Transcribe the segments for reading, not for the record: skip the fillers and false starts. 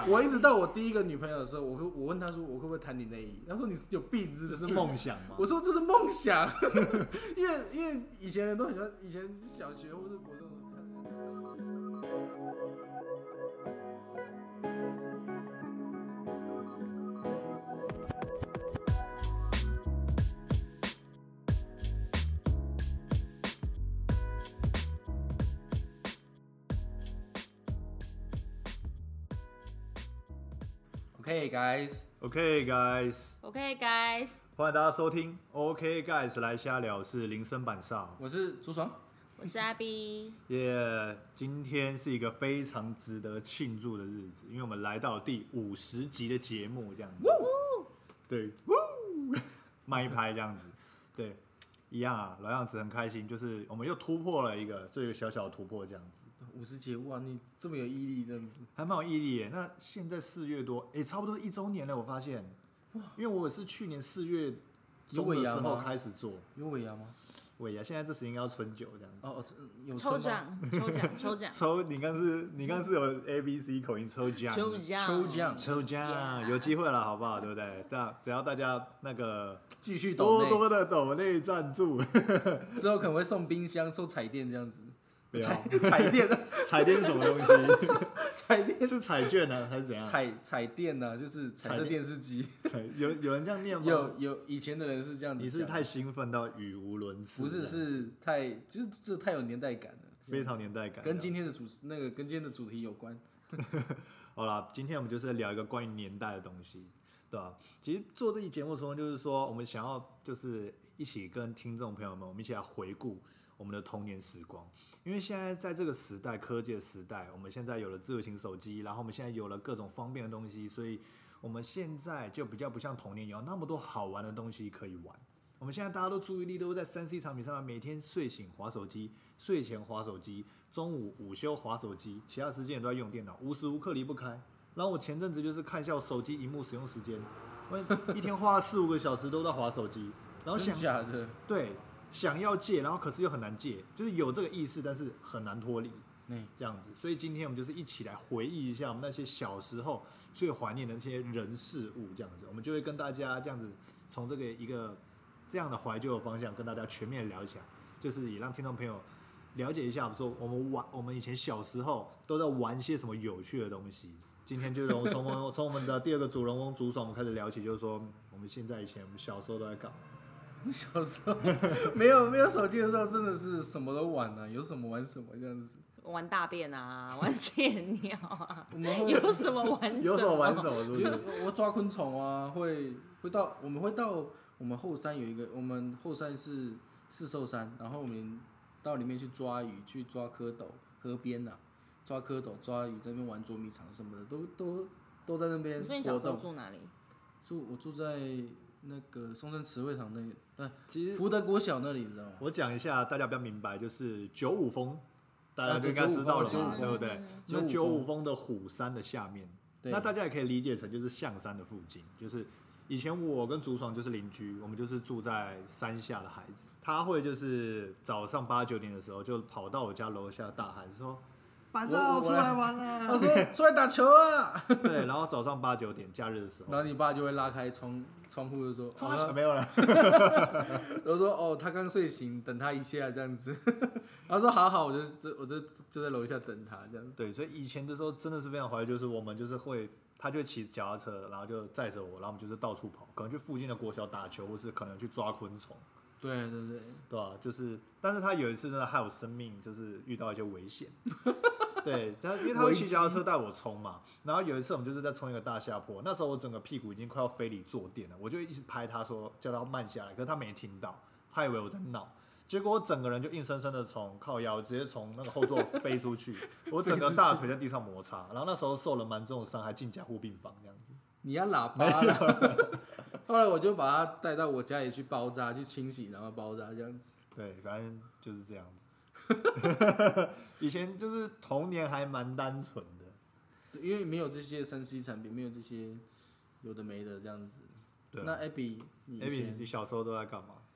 我一直到我第一个女朋友的时候，我问她说我会不会弹你内衣，她说你有病是不是？ 这是梦想吗？ 我说这是梦想，因为以前人都很喜欢，以前小学或是国中的时候看。Okay, guys. OK guys. OK guys. 欢迎大家收听 OK guys 来瞎聊，是林森板少， 我是朱爽， 我是阿 B。 今天是一个非常值得庆祝的日子，因为我们来到第50集的节目，这样子。对，卖一拍这样子，对，一样啊，老样子很开心，就是我们又突破了一个小小的突破，这样子。 50节，哇，你这么有毅力，这样子， 还蛮有毅力耶。那现在4月多，差不多1周年了，我发现，因为我是去年4月中的时候开始做。 有尾牙吗？ 尾牙，现在这时应该要春酒这样子。 哦，有抽奖。 你刚是有 ABC 口音，抽奖，有机会了，好不好？对不对？这样只要大家那个继续多多的抖内赞助， 之后可能会送冰箱、送彩电这样子。 不要彩电， 彩电是什么东西？ 彩电是彩券呢，还是怎样？ 彩电呢，就是彩色电视机。 有人这样念吗？ 有以前的人是这样子。 你是太兴奋到语无伦次？ 不是，是太就是这太有年代感了， 非常年代感， 跟今天的跟今天的主题有关。 好啦，今天我们就是聊一个关于年代的东西，对吧？其实做这期节目中，就是说我们想要就是一起跟听众朋友们，我们一起来回顾我们的童年时光。因为现在在这个时代，科技的时代，我们现在有了智慧型手机，然后我们现在有了各种方便的东西，所以我们现在就比较不像童年有那么多好玩的东西可以玩。我们现在大家都注意力都在3C 产品上面，每天睡醒滑手机，睡前滑手机，中午午休滑手机，其他时间也都在用电脑，无时无刻离不开。然后我前阵子就是看一下我手机萤幕使用时间，我一天花了4-5个小时都在滑手机，然后真假的？ 对。想要戒，然后可是又很难戒，就是有这个意识，但是很难脱离，这样子。所以今天我们就是一起来回忆一下我们那些小时候最怀念的那些人事物，这样子，我们就会跟大家这样子从这个一个这样的怀旧的方向跟大家全面聊起来，就是也让听众朋友了解一下，说我们以前小时候都在玩些什么有趣的东西。今天就从我们的第2个主人翁朱爽，我们开始聊起，就是说我们以前我们小时候都在干嘛。 小时候没有手机的时候，真的是什么都玩啊，有什么玩什么这样子。 玩大便啊，玩屎尿啊， 有什么玩什么？ 有什么玩什么，是不是？ 我抓昆虫啊，我们会到我们后山有一个，我们后山是四兽山，然后我们到里面去抓鱼，去抓蝌蚪，河边啊，抓蝌蚪、抓鱼，在那边玩捉迷藏什么的，都在那边活动。 你说你小时候住哪里？ 我住在那个松山慈惠堂那里， 其实福德国小那里，你知道吗？ 我讲一下，大家比较明白，就是95峰，大家就应该知道了嘛，对不对？那95峰的虎山的下面，那大家也可以理解成就是象山的附近，就是以前我跟竹爽就是邻居，我们就是住在山下的孩子，他会就是早上8、9点的时候就跑到我家楼下大喊说：“晚上出来玩了。” 我说出来打球啊！ 对，然后早上8、9点假日的时候， 然后你爸就会拉开窗户就说：“ 没有了。” 我说：“哦，他刚睡醒，等他一下这样子。”然后说：“好，我就在楼下等他这样子。” 对，所以以前的时候真的是非常怀旧，就是我们就是他就会骑脚踏车，然后就载着我，然后我们就是到处跑，可能去附近的国小打球，或是可能去抓昆虫。 对， 对吧？就是，但是他有一次真的害我生命，就是遇到一些危险。对，因为他会骑脚踏车带我冲嘛，然后有一次我们就是在冲一个大下坡，那时候我整个屁股已经快要飞离坐垫了，我就一直拍他说叫他慢下来，可是他没听到，他以为我在闹，结果我整个人就硬生生的从靠腰直接从那个后座飞出去，我整个大腿在地上摩擦，然后那时候受了蛮重的伤，还进加护病房这样子。 你要喇叭了。后来我就把他带到我家里去包扎，去清洗，然后包扎这样子。 对，反正就是这样子。以前就是童年还蛮单纯的， 因为没有这些3C 产品，没有这些有的没的这样子。 对。 那 Abby， 你小时候都在干嘛？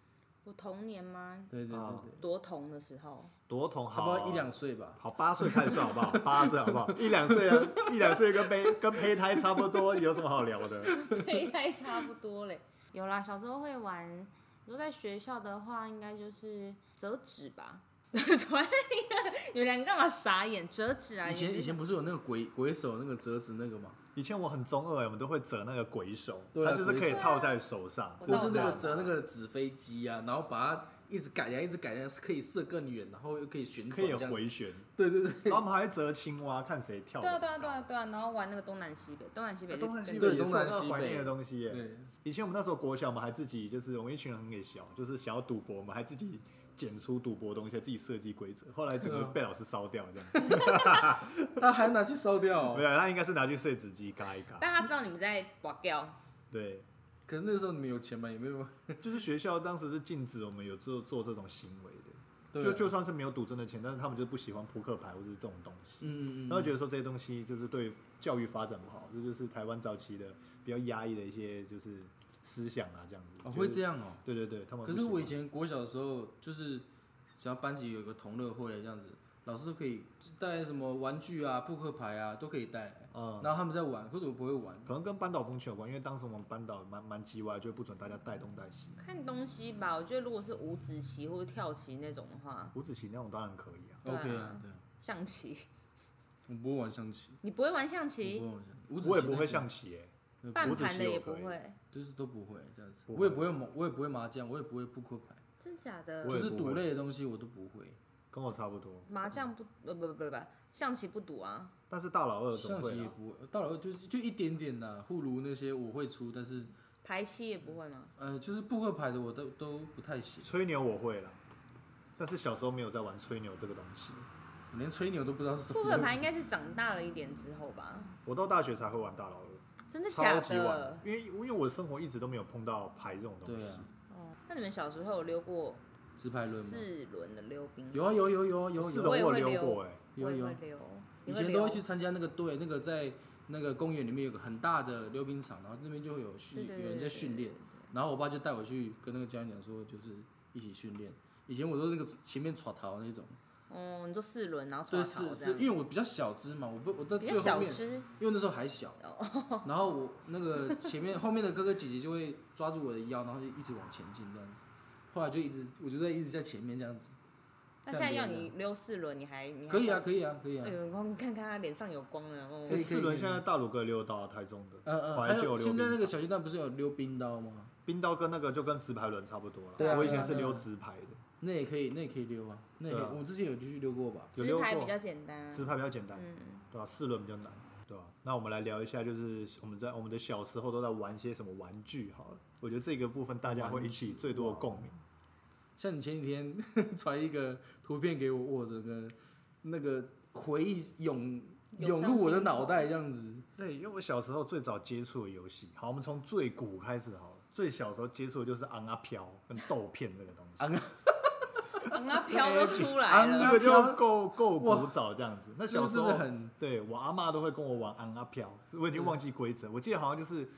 我童年吗？ 对对对啊对， 多童的时候， 多童差不多好 1-2岁吧。 好8岁开始算好不好？8岁好不好？1-2岁啊，1-2岁跟胚胎差不多，有什么好聊的？ 胚胎差不多嘞。有啦，小时候会玩。如果在学校的话，应该就是折纸吧。突然，你们两个干嘛傻眼？折纸啊！ 以前不是有那个鬼手那个折纸那个吗？ 以前我很中二，我们都会折那个鬼手， 对啊它就是可以套在手上， 鬼手就是那个我知道折那个纸飞机啊，然后把它一直改良，一直改良，是可以射更远，然后又可以旋可以有转这样子。 回旋。 对对对， 然后我们还会折青蛙，看谁跳得对啊， 很高。 对啊，对啊，对啊，然后玩那个东南西北，东南西北就东南西跟北也是对东南那西北怀念的东西耶。 对， 以前我们那时候国小，我们还自己就是我们一群人很给小，就是想要赌博，我们还自己剪出赌博的东西，自己设计规则，后来整个被老师烧掉这样。 他还拿去烧掉、 没有，他应该是拿去碎纸机嘎一嘎。 但他知道你们在拔掉， 对， 可是那时候你们有钱吗？也没有。 就是学校当时是禁止我们有做这种行为的。 对啊就算是没有赌真的钱，但是他们就是不喜欢扑克牌或者是这种东西。 嗯他会觉得说这些东西就是对教育发展不好，这就是台湾早期的比较压抑的一些就是思想啊，这样子。 哦，会这样哦。 对对对，他们不可是喜欢。 我以前国小的时候，就是只要班级有个同乐会这样子，老师都可以带什么玩具啊、扑克牌啊，都可以带。然后他们在玩，可是我不会玩。 可能跟班导风气有关，因为当时我们班导蛮叽歪，就不准大家带东带西。 看东西吧。我觉得如果是五子棋或者跳棋那种的话， 五子棋那种当然可以啊， 对啊 OK 啊，对啊， 象棋， 我不会玩象棋， 你不会玩象我棋不，会玩象棋，五子我也不会棋那些象棋耶、 半五子盘的也棋我可以不会， 就是都不会这样子。 不会我也不会麻将，我也不会扑克牌， 真假的我？ 就是赌也不会类的东西我都不会。 跟我差不多。 麻将不，象棋不赌啊。 但是大老二总象会啊， 棋也不会，到了就一点点啦，葫芦那些我会出，但是牌七也不会吗？ 就是扑克牌的我都不太行， 吹牛我会啦，但是小时候没有在玩吹牛这个东西， 我连吹牛都不知道是什么扑东西。 克牌应该是长大了一点之后吧？ 我到大学才会玩大老二， 真的假超级晚的？， 因为我的生活一直都没有碰到牌这种东西对啊。 哦，那你们小时候有溜过直排轮吗？ 4轮的溜冰？ 有啊有四有， 我也轮我会溜溜过哎、 我也有会溜。 以你溜前都会去参加那个队，那个在那个公园里面有个很大的溜冰场，然后那边就会有有人在训练，然后我爸就带我去跟那个教练讲说，就是一起训练。以前我都是那个前面耍逃那种， 哦，你说4轮，然后对， 耍逃这样， 因为我比较小只嘛，我到比较最后面， 小只。 因为那时候还小，然后我那个后面的哥哥姐姐就会抓住我的腰，然后就一直往前进这样子。后来我就一直在前面这样子。 那现在要你溜4轮，你还可以啊，可以啊，可以啊哎。呦，光看看他脸上有光了哦可以。 四轮现在大鲁哥溜到台中的， 还有怀旧溜现在那个冰场， 小巨蛋不是有溜冰刀吗？ 冰刀跟那个就跟直排轮差不多了。 对啊我以前是溜直排的， 那也可以溜啊，那也可以对啊我之前有去溜过吧。 有溜过直排比较简单。 直排比较简单， 嗯， 对吧、四轮比较难，对吧、那我们来聊一下，就是我们的小时候都在玩些什么玩具好了。我觉得这个部分大家会引起最多的共鸣。 像你前几天传一个图片给我，我整个那个回忆涌入我的脑袋这样子。 对，因为我小时候最早接触的游戏，好，我们从最古开始好了。最小时候接触的就是昂啊飘跟豆片这个东西， 那飘都出来昂了。 这个就够古早这样子。那小时候这个真的很对我阿妈都会跟我玩昂啊飘，我已经忘记规则，我记得好像就是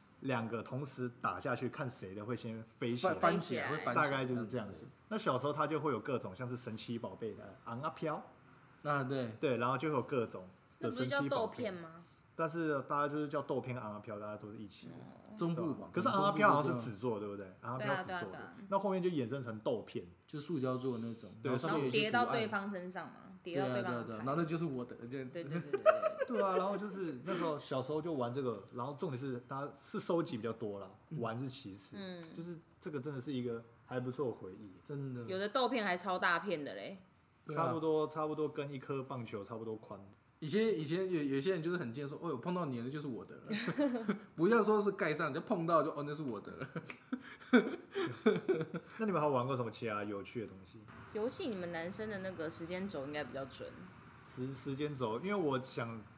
2个同时打下去，看谁的会先飞起来， 翻起来会翻起来， 大概就是这样子。那小时候它就会有各种像是神奇宝贝的昂啊飘， 啊，对， 对，然后就会有各种那不是的神叫豆奇宝贝片。吗？ 但是大家就是叫豆片昂啊飘，大家都是一起的。对吧中部吧。 可是昂啊飘好像是纸做，对不对？昂啊飘纸做的对啊， 那后面就衍生成豆片。 就塑胶做的那种， 对然后然后上面有一些叠到图案对方身上嘛，叠对啊到对对啊对啊， 方的牌然后那就是我的这样子。 对对对对对。 对啊，然后就是那时候小时候就玩这个，然后重点是大家是收集比较多啦，玩是其次，就是这个真的是一个还不错的回忆， 真的。 有的豆片还超大片的嘞。 对啊差不多跟一颗棒球差不多宽。 以前有些人就是很贱，说哦，我碰到你的就是我的了，不要说是盖上，就碰到就哦那是我的了。 那你们还有玩过什么其他有趣的东西？ 游戏你们男生的那个时间轴应该比较准。 时间轴，因为我想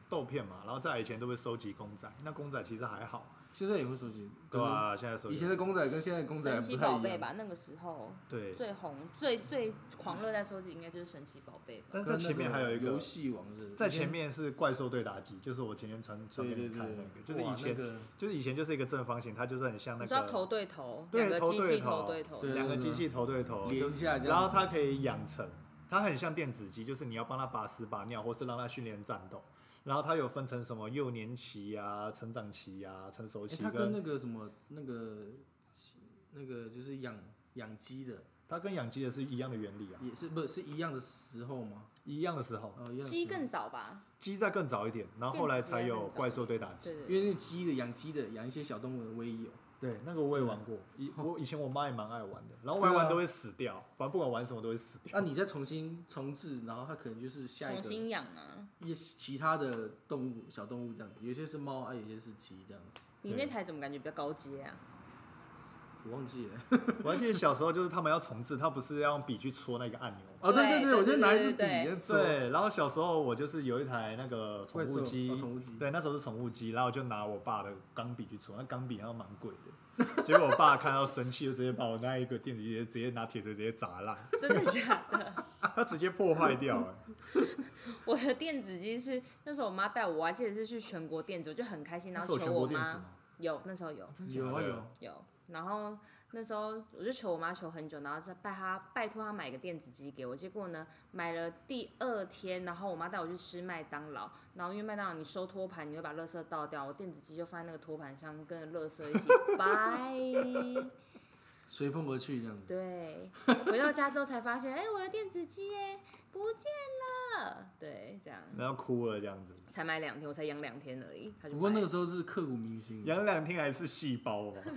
豆片嘛，然后再来以前都会收集公仔，那公仔其实还好， 现在也会收集， 对啊，现在收集以前的公仔跟现在的公仔神奇不太一样。 宝贝吧，那个时候对， 最红、最狂热在收集应该就是神奇宝贝吧。 但是在前面还有一个游戏王是， 在前面是怪兽对打机，就是我前天传给你看那个，就是以前、就是以前就是一个正方形，它就是很像那个你说头对头， 对两个机器头头对头， 对两个机器头对头连一下这样子， 然后它可以养成，它很像电子鸡，就是你要帮它拔屎拔尿，或是让它训练战斗。然后它有分成什么幼年期啊、成长期啊、成熟期它跟那个什么那个就是养鸡的， 它跟养鸡的是一样的原理啊， 也是不是一样的时候吗？ 一样的时候， 鸡更早吧？ 鸡再更早一点，然后后来才有怪兽对打机。 对， 因为那养鸡的养一些小动物的我也有。 对，那个我也玩过，以前我妈也蛮爱玩的，然后玩都会死掉，反正不管玩什么都会死掉。 那你再重新重置，然后它可能就是下一个重新养啊， 其他的动物小动物这样子，有些是猫啊，有些是鸡这样子。 你那台怎么感觉比较高阶啊？ 我忘记了。 我还记得小时候就是他们要重置，他不是要用笔去戳那个按钮吗？ 哦，对，我就拿一支笔对戳。 对，然后小时候我就是有一台那个宠物机，对，那时候是宠物机，然后我就拿我爸的钢笔去戳，那钢笔好像蛮贵的，结果我爸看到生气，就直接把我那一个电子机直接拿铁锤直接砸烂。 真的假的？ 他直接破坏掉了。 我的电子机是那时候我妈带我还记得是去全国电子，我就很开心，然后求我妈有那时候有，然后那时候我就求我妈求很久，然后就拜托她买个电子机给我。结果呢，买了第2天，然后我妈带我去吃麦当劳，然后因为麦当劳你收托盘，你会把垃圾倒掉，我电子机就放在那个托盘上，跟着垃圾一起拜， 随风而去这样子。 对，回到家之后才发现，我的电子机不见了，对，这样。 然后哭了这样子。 才买2天，我才养2天而已。 不过那个时候是刻骨铭心， 养2天还是细胞嘛。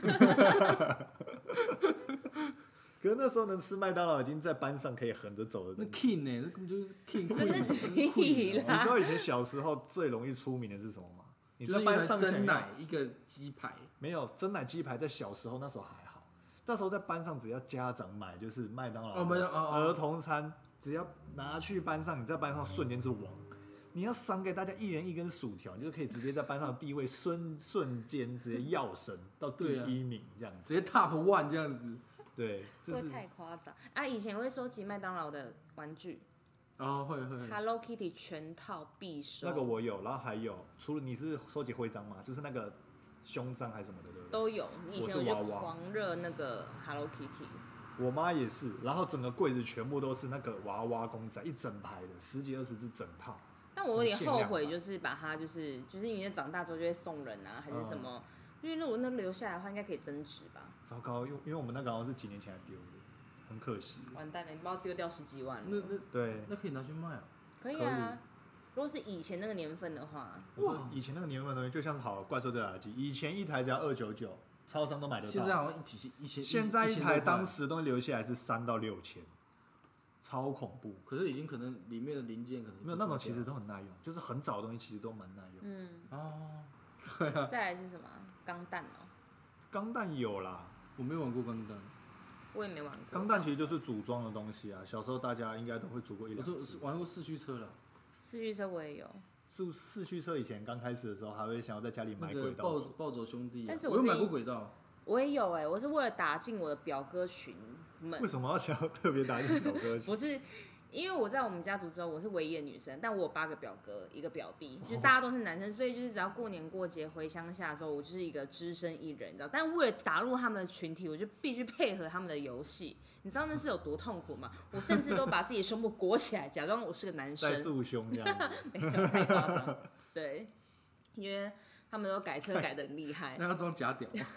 可是那时候能吃麦当劳，已经在班上可以横着走的。 那 king 那根本就是 king， 真的屁啦！ 你知道以前小时候最容易出名的是什么吗？你在班上蒸奶一个鸡排， 没有蒸奶鸡排，在小时候那时候还好，那时候在班上只要家长买就是麦当劳儿童餐，只要拿去班上，你在班上瞬间是王。你要赏给大家1人1根薯条，你就可以直接在班上的地位瞬间直接跃升到第1名这样子， 直接 top 1这样子。 对， 会太夸张啊！以前会收集麦当劳的玩具， 会 Hello Kitty 全套必收。 那个我有，然后还有，除了你是收集徽章吗？就是那个胸章还是什么的，对不对？ 都有。以前我就狂热那个 Hello Kitty。 我妈也是，然后整个柜子全部都是那个娃娃公仔，一整排的10几20只整套。 但我有点后悔，就是把它就是因为长大之后就会送人啊，还是什么？因为如果那留下来的话，应该可以增值吧。 糟糕，因为我们那个好像是几年前才丢的，很可惜。 完蛋了，你不知道丢掉10几万了。 对， 那可以拿去卖啊。 可以啊，如果是以前那个年份的话。 哇，以前那个年份的东西就像是好怪兽对打机，以前一台只要299，超商都买得到。 现在好像1000， 现在一台当时东西留下来是3到6千。超恐怖， 可是已经可能里面的零件可能没有那种，其实都很耐用，就是很早的东西其实都蛮耐用。 对啊。 再来是什么？钢弹哦。 钢弹有啦， 我没有玩过钢弹。 我也没玩过。 钢弹其实就是组装的东西啊，小时候大家应该都会组过1-2次。 我是玩过4驱车了。 4驱车我也有。 四驱车以前刚开始的时候，还会想要在家里买轨道。 暴走兄弟。 但是我有买过轨道。 我也有我是为了打进我的表哥群们。 为什么要想要特别打进表哥群？ 不是，因为我在我们家族之后，我是唯一的女生，但我有8个表哥，1个表弟，就大家都是男生，所以就是只要过年过节回乡下的时候，我就是一个只身一人，你知道。但为了打入他们的群体，我就必须配合他们的游戏。你知道那是有多痛苦吗？我甚至都把自己的胸部裹起来，假装我是个男生。 在束胸这样子。 没有，太夸张。对，因为他们都改车改得很厉害。 那要装假屌吗？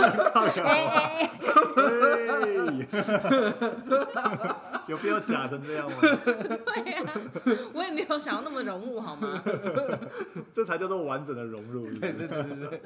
有必要假成这样吗？ 对啊，我也没有想要那么融入，好吗？ 这才叫做完整的融入。 对。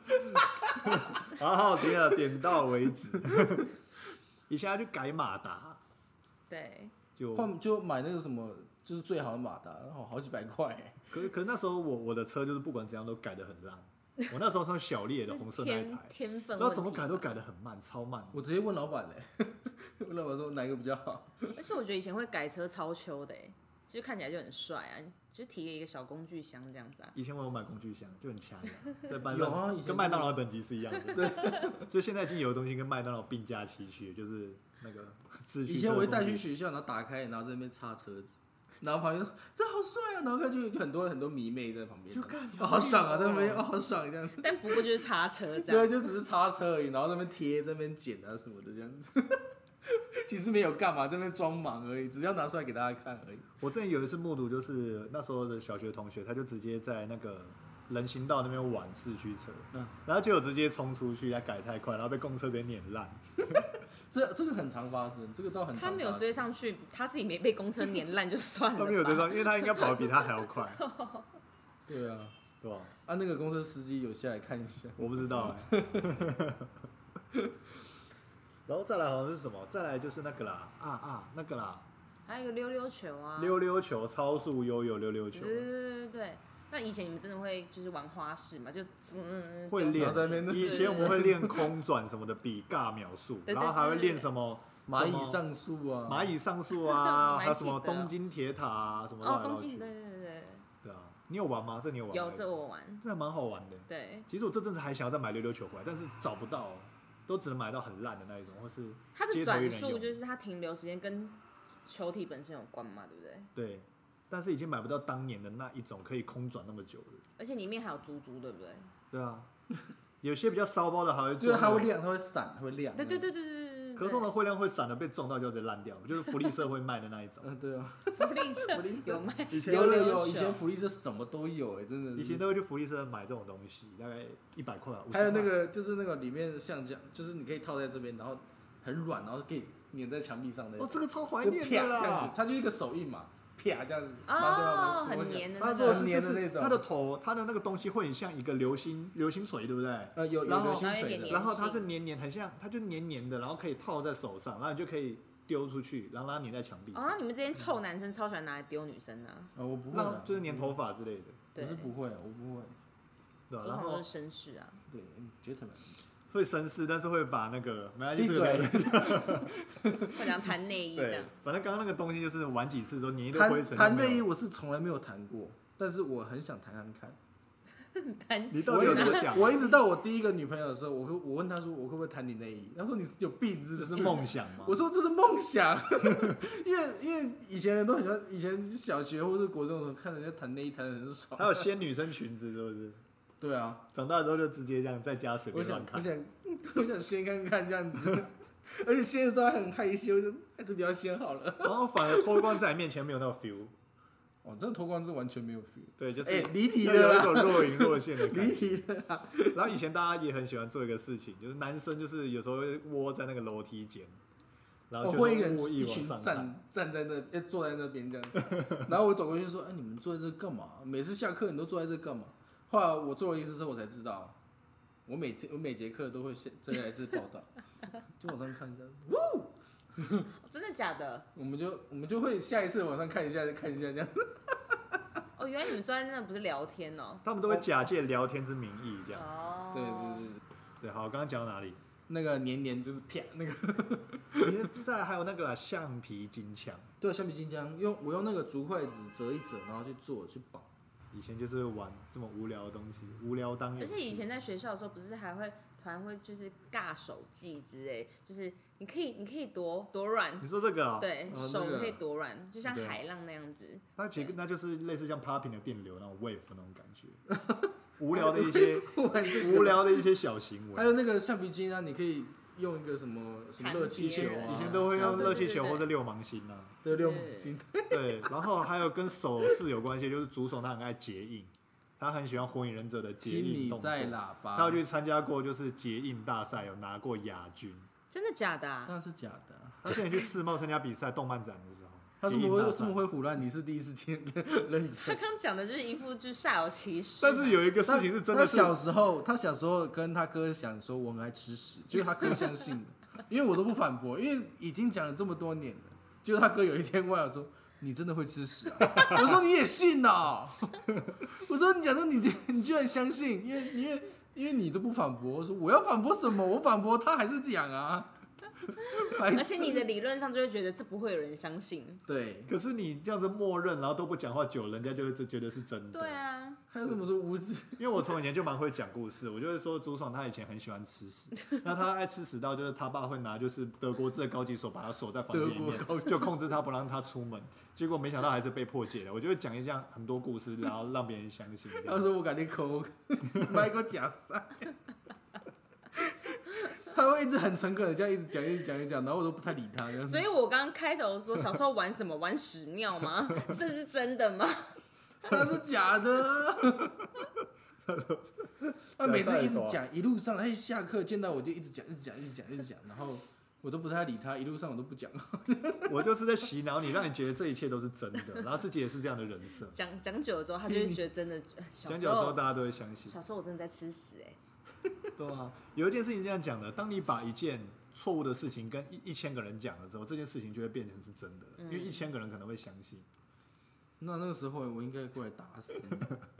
好，停了，点到为止。以前要去改马达， 对， 就买那个什么，就是最好的马达，然后好几百块。 可那时候我的车就是不管怎样都改得很烂。我那时候是小烈的红色那一台， 天分， 然后怎么改都改得很慢，超慢。 我直接问老板问老板说哪一个比较好。 而且我觉得以前会改车超秋的就看起来就很帅啊，就提了一个小工具箱这样子啊。 以前我有买工具箱，就很强的，在班有啊， 上跟麦当劳等级是一样的。对，所以现在已经有的东西跟麦当劳并驾齐驱，就是那个四驱车。 以前我会带去学校，然后打开，然后在那边擦车子，然后旁边说这好帅啊，然后看就很多迷妹在旁边， 就看好爽啊，在那边好爽这样子。 但不过就是擦车这对， 样。 就只是擦车而已，然后在那边贴，在那边剪啊什么的这样子。其实没有干嘛，在那边装忙而已，只要拿出来给大家看而已。 我之前有一次目睹，就是那时候的小学同学，他就直接在那个人行道那边玩四驱车，然后结果直接冲出去，他改太快，然后被公车直接碾烂。 这个很常发生，这个倒很常发生。 他没有追上去，他自己没被公车碾烂就算了。 他没有追上，因为他应该跑得比他还要快。 对啊， 对吧？ 啊，那个公车司机有下来看一下， 我不知道然后再来好像是什么？再来就是那个啦，那个啦， 还有一个溜溜球啊， 溜溜球、超速悠悠溜溜球。 对。那以前你们真的会就是玩花式嘛？就会练，以前我们会练空转什么的，比尬秒数，然后还会练什么蚂蚁上树啊， 蚂蚁上树啊，还有什么东京铁塔啊，什么哦，东京， 对。 对啊，你有玩吗？这你有玩吗？ 有，这我玩， 这还蛮好玩的。 对， 其实我这阵子还想要再买溜溜球回来，但是找不到，都只能买到很烂的那一种，或是它的转速就是它停留时间跟球体本身有关嘛，对不对？ 对，但是已经买不到当年的那一种可以空转那么久的。 而且里面还有珠珠，对不对？ 对啊，有些比较骚包的还会就是它会亮，它会闪，它会亮。 对。 可通常会亮会闪的，被撞到就直接烂掉，就是福利社会卖的那一种。 对啊， 福利社有卖， 有，以前福利社什么都有真的。 以前都会去福利社买这种东西，大概100块。 还有那个就是那个里面像这样，就是你可以套在这边，然后很软，然后可以粘在墙壁上的。 这个超怀念的啦！ 这样子，它就一个手印嘛。啪这样子， 很黏的， 他说是就是它的头，它的那个东西会很像一个流星锤，对不对？ 有流星锤的， 然后它是黏，很像，它就黏的，然后可以套在手上，然后你就可以丢出去，然后让它粘在墙壁上。 你们这些臭男生超喜欢拿来丢女生啊！ 我不会， 就是粘头发之类的。 我是不会，我不会。 对， 然后都是绅士啊。 对，觉得会绅士，但是会把那个闭嘴， 会讲弹内衣这样。 反正刚刚那个东西就是玩几次之后，粘一堆灰尘。 弹内衣我是从来没有弹过，但是我很想弹看。 你到底有多想？ 我一直到我第一个女朋友的时候，我问她说我会不会弹你内衣？她说你有病是不是？ 这是梦想吗？ 我说这是梦想，因为以前人都很喜欢，以前小学或是国中的时候看人家弹内衣弹得很爽。 还有掀女生裙子是不是？ 对啊， 长大之后就直接这样在家随便乱看。 我想掀看看这样子，而且掀的时候还很害羞，还是不要掀好了。 然后反而脱光在你面前没有那个 feel。 真的脱光是完全没有 feel。 对，就是离题了， 有一种若隐若现的感觉。 离题了。 然后以前大家也很喜欢做一个事情，就是男生就是有时候会窝在那个楼梯间，然后会一群站在那，坐在那边这样子。然后我走过去说：“你们坐在这干嘛？每次下课你都坐在这干嘛？”后来我做了一次之后，我才知道，我每节课都会再来一次报道，就往上看这样。 真的假的？ 我们就会下一次往上看一下，再看一下这样。 原来你们坐在那不是聊天哦。 他们都会假借聊天之名义这样子。对，好，刚刚讲到哪里？ 那个黏就是啪那个。 再来还有那个橡皮筋枪。 对，橡皮筋枪，我用那个竹筷子折一折，然后去做去绑。 以前就是玩这么无聊的东西，无聊当游戏。 而且以前在学校的时候，不是还会团会就是尬手技之类，就是你可以多软。 你说这个啊？ 对，手可以多软，就像海浪那样子。 它其实那就是类似像 popping 的电流那种 wave 那种感觉。无聊的一些小行为。 还有那个橡皮筋啊，你可以用一个什么热气球啊， 以前都会用热气球或者六芒星啊。 对，六芒星。 对，然后还有跟手势有关系，就是竹手他很爱结印，他很喜欢火影忍者的结印动作。他有去参加过就是结印大赛，有拿过亚军。 真的假的？ 当然是假的。 他之前去世贸参加比赛，动漫展的时候。 他这么会唬烂，你是第一次听认真。 他刚讲的就是一副就是煞有其事。 但是有一个事情是真的是， 他小时候跟他哥讲说我很爱吃屎，结果他哥相信了，因为我都不反驳，因为已经讲了这么多年了。结果他哥有一天问我说：“你真的会吃屎啊？”我说：“你也信哦？”我说：“你讲说你居然相信，因为你都不反驳。”我说：“我要反驳什么？我反驳他还是讲啊。” 而且你的理论上就会觉得这不会有人相信。 对。 可是你这样子默认，然后都不讲话久，人家就会觉得是真的。 对啊。 还有什么说无知？ 因为我从以前就蛮会讲故事，我就会说朱爽他以前很喜欢吃屎，那他爱吃屎到就是他爸会拿就是德国制的高级手把他锁在房间里面，就控制他不让他出门。结果没想到还是被破解了。我就会讲一样很多故事，然后让别人相信。 他说我赶紧口，买个假赛。他会一直很诚恳的这样一直讲，然后我都不太理他。 所以我刚刚开头说小时候玩什么玩屎尿吗？这是真的吗？ 那是假的。他每次一直讲，一路上他一下课见到我就一直讲，然后我都不太理他，一路上我都不讲。 我就是在洗脑你，让你觉得这一切都是真的，然后自己也是这样的人设。 讲久了之后，他就会觉得真的。 讲久了之后，大家都会相信。 小时候我真的在吃屎对啊，有一件事情这样讲的，当你把一件错误的事情跟1000个人讲了之后，这件事情就会变成是真的，因为1000个人可能会相信。 那个时候我应该过来打死你。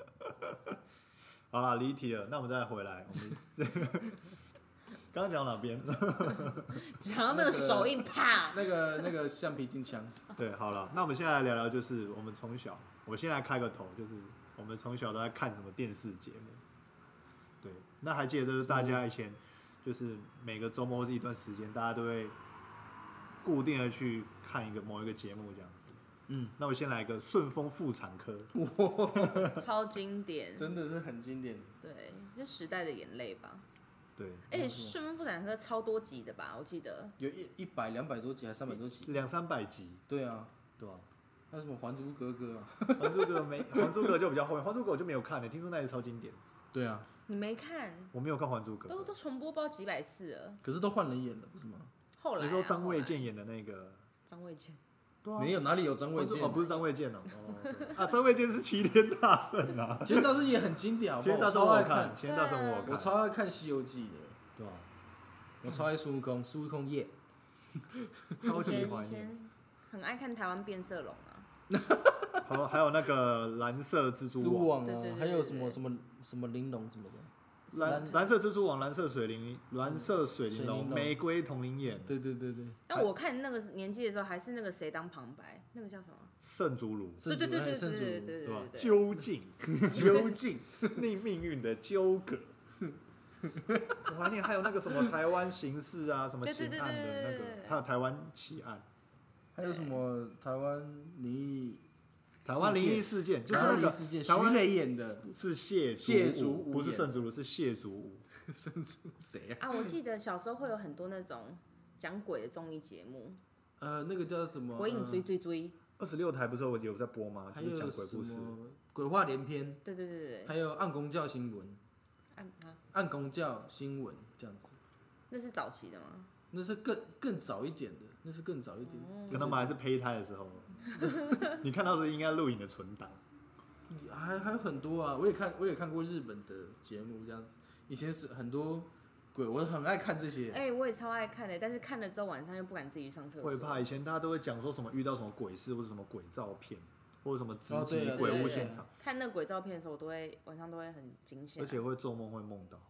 好啦，离题了，那我们再回来。我们刚刚讲哪边？ 讲到那个手印啪， 那个橡皮筋枪。 对，好了，那我们现在来聊聊，就是我们从小，我先来开个头，就是我们从小都在看什么电视节目。对，那还记得就是大家以前就是每个周末或是一段时间，大家都会固定的去看某一个节目这样子。那我先来一个顺丰妇产科。 超经典， 真的是很经典。 对，是时代的眼泪吧。 对， 而且顺丰妇产科超多集的吧，我记得有100、200多集，还300多集 ，200-300集。 对啊， 对啊。 还有什么《还珠格格》啊？ 还珠格格就比较后面，《还珠格格》我就没有看听说那也超经典。 对啊。 你没看？ 我没有看《还珠格格》， 都重播包几百次了。 可是都换人演了，不是吗？ 后来。 你说张卫健演的那个？ 张卫健。 对啊。 没有，哪里有张卫健？ 不是张卫健哦。张卫健是齐天大圣啊。 齐天大圣也很经典， 齐天大圣我看，齐天大圣我看。 我超爱看《西游记》的。 对啊。 我超爱孙悟空，孙悟空耶。 超级怀念。以前很爱看台湾变色龙啊。 还有那个蓝色蜘蛛网啊，还有什么玲珑什么的。 蓝色蜘蛛网、蓝色水灵珑、玫瑰同林眼。 对。 但我看那个年纪的时候，还是那个谁当旁白，那个叫什么？ 圣祖鲁。 对。 究竟命运的纠葛。我怀念还有那个什么台湾刑事啊，什么刑案的那个，还有台湾奇案。 还有什么台湾灵异事件，就是那个徐磊演的， 是谢祖武，不是圣祖鲁，是谢祖武。 圣祖谁啊？ 我记得小时候会有很多那种讲鬼的综艺节目。 那个叫什么？ 鬼影追。 26台不是有在播吗？就是讲鬼故事， 鬼话连篇。 对。 还有暗公教新闻。暗公教新闻这样子。 那是早期的吗？ 那是更早一点的， 可能我们还是胚胎的时候。你看到是应该录影的存档。 还有很多啊，我也看过日本的节目这样子。以前是很多鬼，我很爱看这些。 我也超爱看的，但是看了之后晚上又不敢自己上厕所。 会怕，以前大家都会讲说什么遇到什么鬼事，或者什么鬼照片，或者什么直击鬼屋现场。 看那鬼照片的时候，晚上都会很惊吓， 而且会做梦会梦到。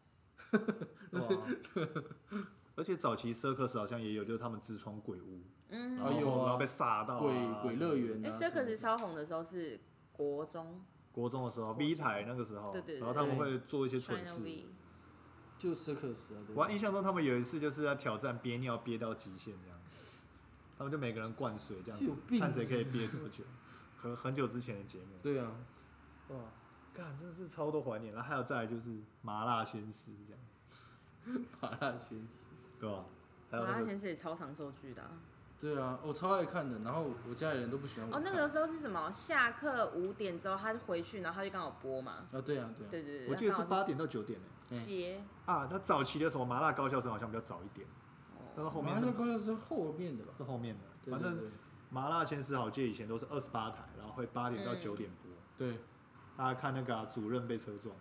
而且早期 Circus 好像也有，就是他们自创鬼屋，然后被杀到鬼乐园。 Circus 超红的时候是国中的时候 ，V 台那个时候，然后他们会做一些蠢事， 就 Circus 啊。 我印象中他们有一次就是要挑战憋尿憋到极限这样，他们就每个人灌水这样，看谁可以憋多久。很久之前的节目。 对啊。 哇，干，真的是超多怀念。然后还有再来就是麻辣鲜师这样。 麻辣鲜师。 对吧？ 麻辣鲜师也超长寿剧的。 对啊，我超爱看的，然后我家里人都不喜欢我看。 那个时候是什么？下课5点之后，他就回去，然后他就刚好播嘛。 对啊。 对。 我记得是8点到9点他早期的什么麻辣高校生好像比较早一点，但是后面。 麻辣高校生是后面的吧？ 是后面的，反正麻辣鲜师好记得以前都是28台，然后会8点到9点播。 对。 大家看那个主任被车撞。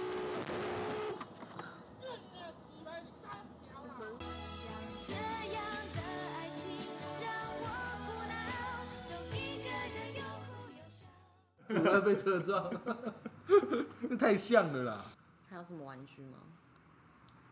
主任被车撞，那太像了啦。 还有什么玩具吗？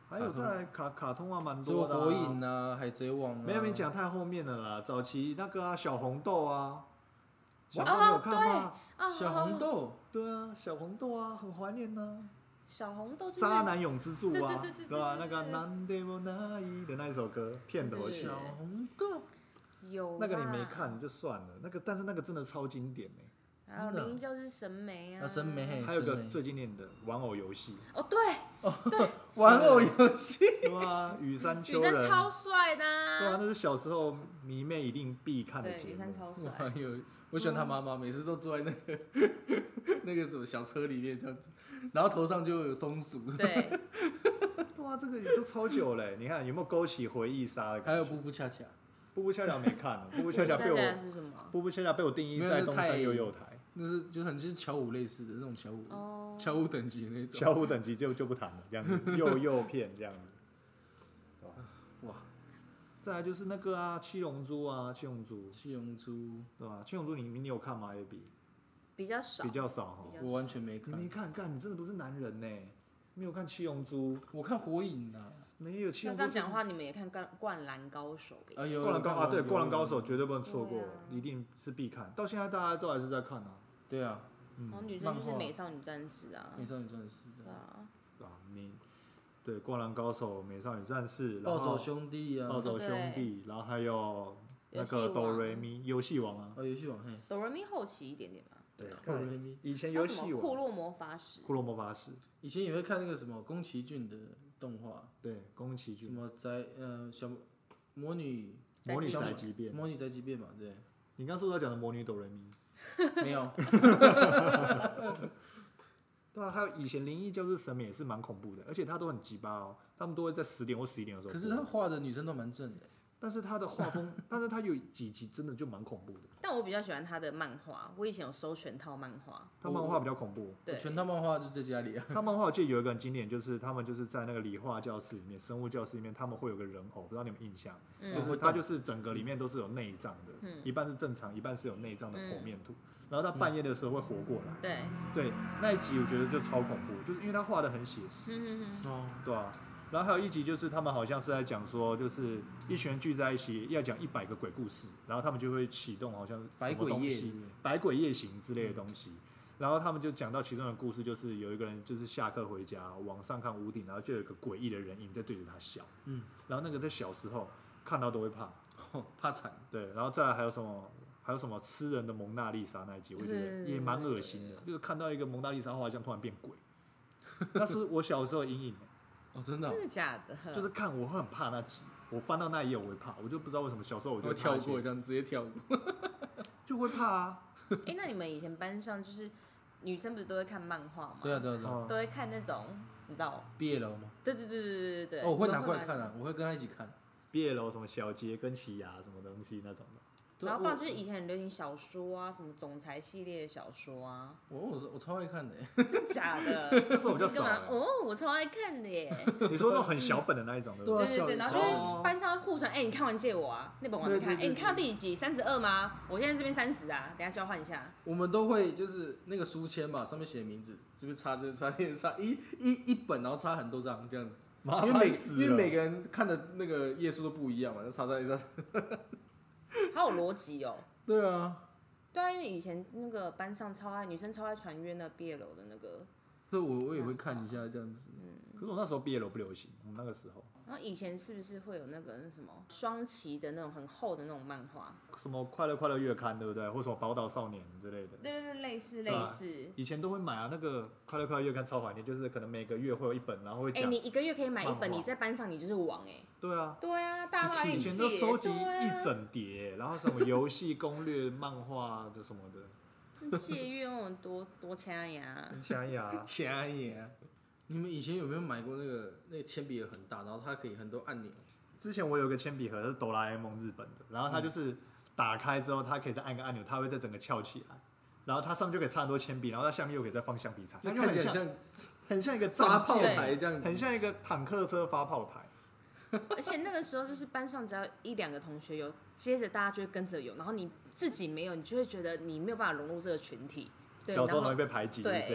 还有再来卡通啊，蛮多的、 火影啊，海贼王啊。 没有，你讲太后面了啦。早期那个啊，小红豆啊，小红豆有看吗？ 小红豆， 对啊，小红豆啊，很怀念呐。 小红豆就是渣男永之助啊， 对吧？那个难得不那一的那一首歌片头曲。 小红豆有那个你没看就算了，那个但是那个真的超经典哎。 还有灵异教师神眉啊， 神眉， 还有个最经典的玩偶游戏。 哦对， 玩偶游戏。 对啊，羽山丘人。 羽山超帅的啊。 对啊，那是小时候迷妹一定必看的节目。 羽山超帅。 我喜欢他妈妈，每次都坐在那个什么小车里面这样子，然后头上就有松鼠。 对。 对啊，这个也都超久嘞，你看有没有勾起回忆杀的感觉？ 还有步步恰恰。 步步恰恰没看，步步恰恰被我定义在东山幼幼台。 那是就很就是乔五类似的那种乔五，乔五等级那种。 乔五等级就不谈了，这样子幼片这样子。哇，再来就是那个啊，七龙珠啊，七龙珠，对吧？七龙珠你有看吗 ？AB 比较少哈， 我完全没看。 你没看，干你真的不是男人呢，没有看七龙珠。 我看火影啊。 没有七龙珠。 那这样讲话，你们也看《灌篮高手》呗？ 对，《灌篮高手》绝对不能错过，一定是必看。到现在大家都还是在看啊。 对啊。 女生就是美少女战士啊。 美少女战士。 对啊。 对，《灌篮高手》、美少女战士、 暴走兄弟啊， 暴走兄弟，然后还有那个哆瑞咪游戏王啊。 游戏王嘿。 哆瑞咪后期一点点吧。 对，以前游戏王。 库洛魔法使。 以前也会看那个什么宫崎骏的动画。 对，宫崎骏。 什么小魔女宅急便。 魔女宅急便嘛，对。 你刚说要讲的魔女哆瑞咪。 没有。 对啊，还有以前灵异教室神明也是蛮恐怖的，而且他都很鸡巴哦，他们都会在10点或11点的时候。 可是他画的女生都蛮正的。 但是他的画风，但是他有几集真的就蛮恐怖的。 但我比较喜欢他的漫画，我以前有收全套漫画。 他漫画比较恐怖。 对， 全套漫画就在家里啊。 他漫画我记得有一个很经典，就是他们就是在那个理化教室里面、生物教室里面，他们会有个人偶，不知道你们印象，就是他就是整个里面都是有内脏的，一半是正常，一半是有内脏的剖面图。然后他半夜的时候会活过来。对，那一集我觉得就超恐怖，就是因为他画的很写实。对啊。然后还有一集就是他们好像是在讲说，就是一群人聚在一起要讲100个鬼故事，然后他们就会启动好像什么东西，百鬼夜行之类的东西。然后他们就讲到其中的故事，就是有一个人就是下课回家往上看屋顶，然后就有一个诡异的人影在对着他笑。然后那个在小时候看到都会怕， 怕惨。 对，然后再来还有什么吃人的蒙娜丽莎那一集，我觉得也蛮恶心的，就是看到一个蒙娜丽莎画像突然变鬼，那是我小时候的阴影。 真的？ 真的假的？ 就是看我会很怕那集，我翻到那一页我会怕，我就不知道为什么小时候我就会跳过，这样直接跳过， 就会怕啊。 那你们以前班上就是女生不是都会看漫画吗？ 对啊， 都会看那种你知道 BL吗？ 对。 我会拿过来看啊，我会跟他一起看。 BL什么小杰跟奇亚什么东西那种的。 然后不然就是以前很流行小说啊，什么总裁系列的小说啊。 我超爱看的。 真的假的？ 那时候比较少。 我超爱看的耶。 你说那种很小本的那一种的。 对，然后就是班上互传，你看完借我啊，那本我还没看。你看到第几集？32吗？我现在这边30啊，等一下交换一下。 我们都会就是那个书签嘛，上面写名字，这边插这插那边插，一本，然后插很多张这样子。因为每个人看的那个页数都不一样嘛，就插在一张。 好有逻辑哦。 对啊， 因为以前那个班上女生超爱传阅那BL的那个， 所以我也会看一下这样子。 可是我那时候BL不流行，我们那个时候。 然后以前是不是会有那什么双旗的那种很厚的那种漫画？ 什么快乐月刊对不对？或什么宝岛少年之类的。 对，类似。 以前都会买啊，那个快乐月刊超怀念，就是可能每个月会有一本，然后会讲。 你1个月可以买1本，你在班上你就是王对啊， 大家都爱以前都收集一整叠，然后什么游戏攻略、漫画就什么的。 借阅那种多掐牙。 掐牙。 你们以前有没有买过那个铅笔盒很大，然后它可以很多按钮？ 之前我有个铅笔盒是哆啦 A 梦日本的，然后它就是打开之后，它可以再按个按钮，它会再整个翘起来，然后它上面就可以插很多铅笔，然后它下面又可以再放橡皮擦，它就很像一个发炮台这样子， 很像一个坦克车发炮台。 而且那个时候就是班上只要1-2个同学有，接着大家就会跟着有，然后你自己没有，你就会觉得你没有办法融入这个群体。 小时候容易被排挤，就是这样子。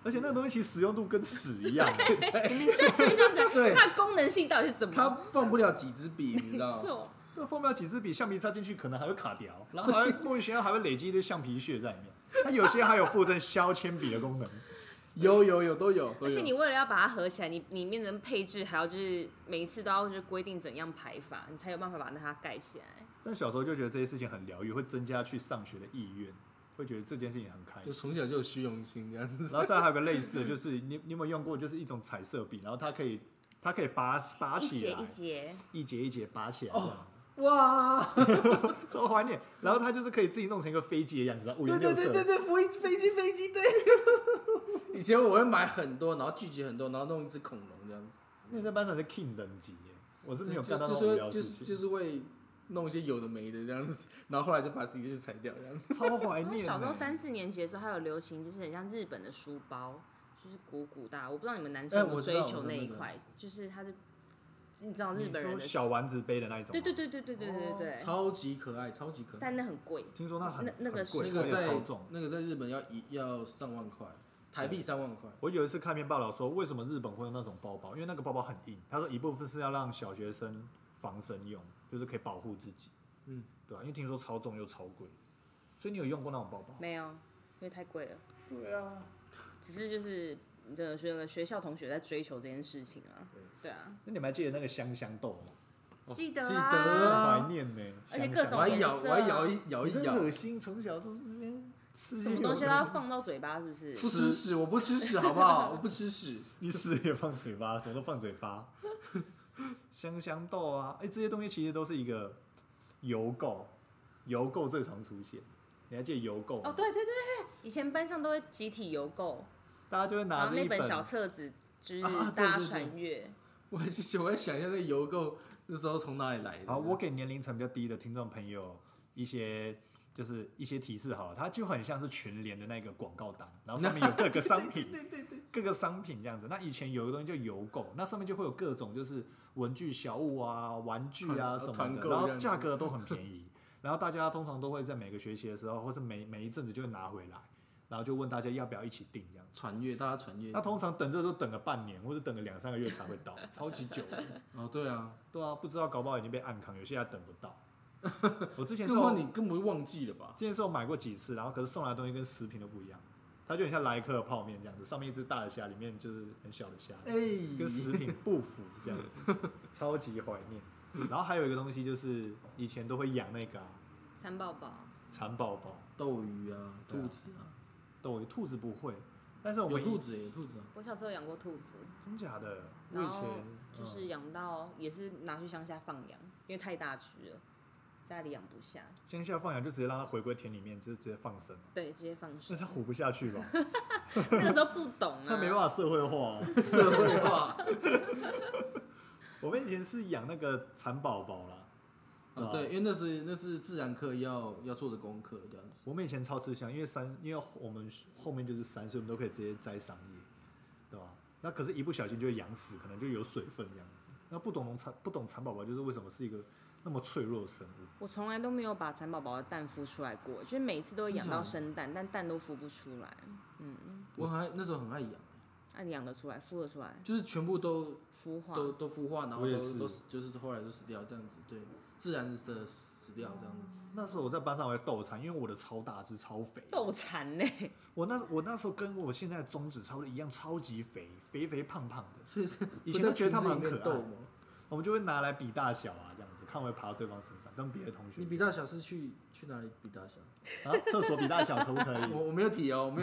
而且那个东西其实使用度跟屎一样。 对， 它的功能性到底是怎么？ 它放不了几支笔，你知道吗？ 错， 对，放不了几支笔，橡皮插进去可能还会卡掉，然后还会莫名其妙还会累积一堆橡皮屑在里面。它有些还有附赠削铅笔的功能。 有都有。 而且你为了要把它合起来，你里面的配置还要就是每一次都要就是规定怎样排法，你才有办法把它盖起来。 但小时候就觉得这些事情很疗愈，会增加去上学的意愿，会觉得这件事情很开心。 就从小就有虚荣心这样子。 然后再还有个类似的，就是你有没有用过，就是一种彩色笔，然后它可以拔起来，一节一节拔起来。哦， 哇， 超怀念。然后它就是可以自己弄成一个飞机的样子，五颜六色。 对，飞机，对。以前我会买很多，然后聚集很多，然后弄一只恐龙这样子。 那在班上是 King 等级耶，我是没有干到那种无聊事情。 就是会弄一些有的没的这样子，然后后来就把自己就裁掉这样子。 超怀念。 小时候3、4年级的时候，还有流行就是很像日本的书包，就是鼓大。我不知道你们男生有没有追求那一块，就是它是。你知道日本人的小丸子背的那一种， 对， 超级可爱， 但那很贵。 听说那个贵， 那个在日本要上万块，台币3万块。 我有一次看篇报道说，为什么日本会用那种包包？因为那个包包很硬，他说一部分是要让小学生防身用，就是可以保护自己。对吧？因为听说超重又超贵，所以你有用过那种包包？ 没有，因为太贵了。 对啊， 只是就是学校同学在追求这件事情啊。对啊， 那你们还记得那个香豆吗？ 记得啊，怀念呢。 而且各种颜色， 我还咬一咬。 真恶心，从小都是那边吃。 什么东西都要放到嘴巴，是不是？ 不吃屎，我不吃屎，好不好？我不吃屎。 你屎也放嘴巴，什么都放嘴巴。香豆啊，这些东西其实都是一个邮购最常出现。你还记得邮购？ 哦，对，以前班上都会集体邮购， 大家就会拿着一本小册子，就是大家传阅。 我在想一下那个邮购那时候从哪里来的。 好，我给年龄层比较低的听众朋友一些提示好了，它就很像是全联的那个广告单，然后上面有各个商品，各个商品这样子。那以前有一个东西叫邮购，那上面就会有各种就是文具小物啊、玩具啊什么的，然后价格都很便宜。然后大家通常都会在每个学期的时候，或是每一阵子就会拿回来，然后就问大家要不要一起订这样。 大家传阅。 那通常等这都等个半年，或者等个2、3个月才会到，超级久的。 哦，对啊， 不知道搞不好已经被暗扛，有些还等不到。我之前你根本忘记了吧？ 之前是有买过几次，然后可是送来的东西跟食品都不一样，它就很像莱克泡面这样子，上面一只大的虾，里面就是很小的虾，跟食品不符这样子，超级怀念。然后还有一个东西就是以前都会养那个蚕宝宝、 斗鱼啊、兔子啊。 斗鱼、兔子不会，但是我们有兔子啊。 我小时候养过兔子， 真假的？我以前就是养到也是拿去乡下放养，因为太大只了，家里养不下。 乡下放养就直接让它回归田里面，就是直接放生。 对，直接放生。 那它活不下去吧？ 那个时候不懂啊， 它没办法社会化。 社会化。 我们以前是养那个蚕宝宝啦。 对，因为那是自然课要做的功课这样子。 我们以前超吃香，因为我们后面就是山，所以我们都可以直接摘桑叶，对吧？那可是一不小心就会养死，可能就有水分这样子。那不懂蚕宝宝就是为什么是一个那么脆弱的生物？ 我从来都没有把蚕宝宝的蛋孵出来过，就是每次都会养到生蛋，但蛋都孵不出来。 我那时候很爱养。 你养得出来，孵得出来？ 就是全部都孵化， 都孵化，然后就是后来就死掉这样子，对。自然的死掉这样子。 那时候我在班上会斗蚕，因为我的超大只超肥。 斗蚕呢？ 我那时候跟我现在的中指差不多一样，超级肥胖胖的。 所以以前都觉得他们很可爱。我们就会拿来比大小啊，这样子看会爬到对方身上，跟别的同学。 你比大小是去哪里比大小？ 厕所比大小可不可以？ 我没有提哦，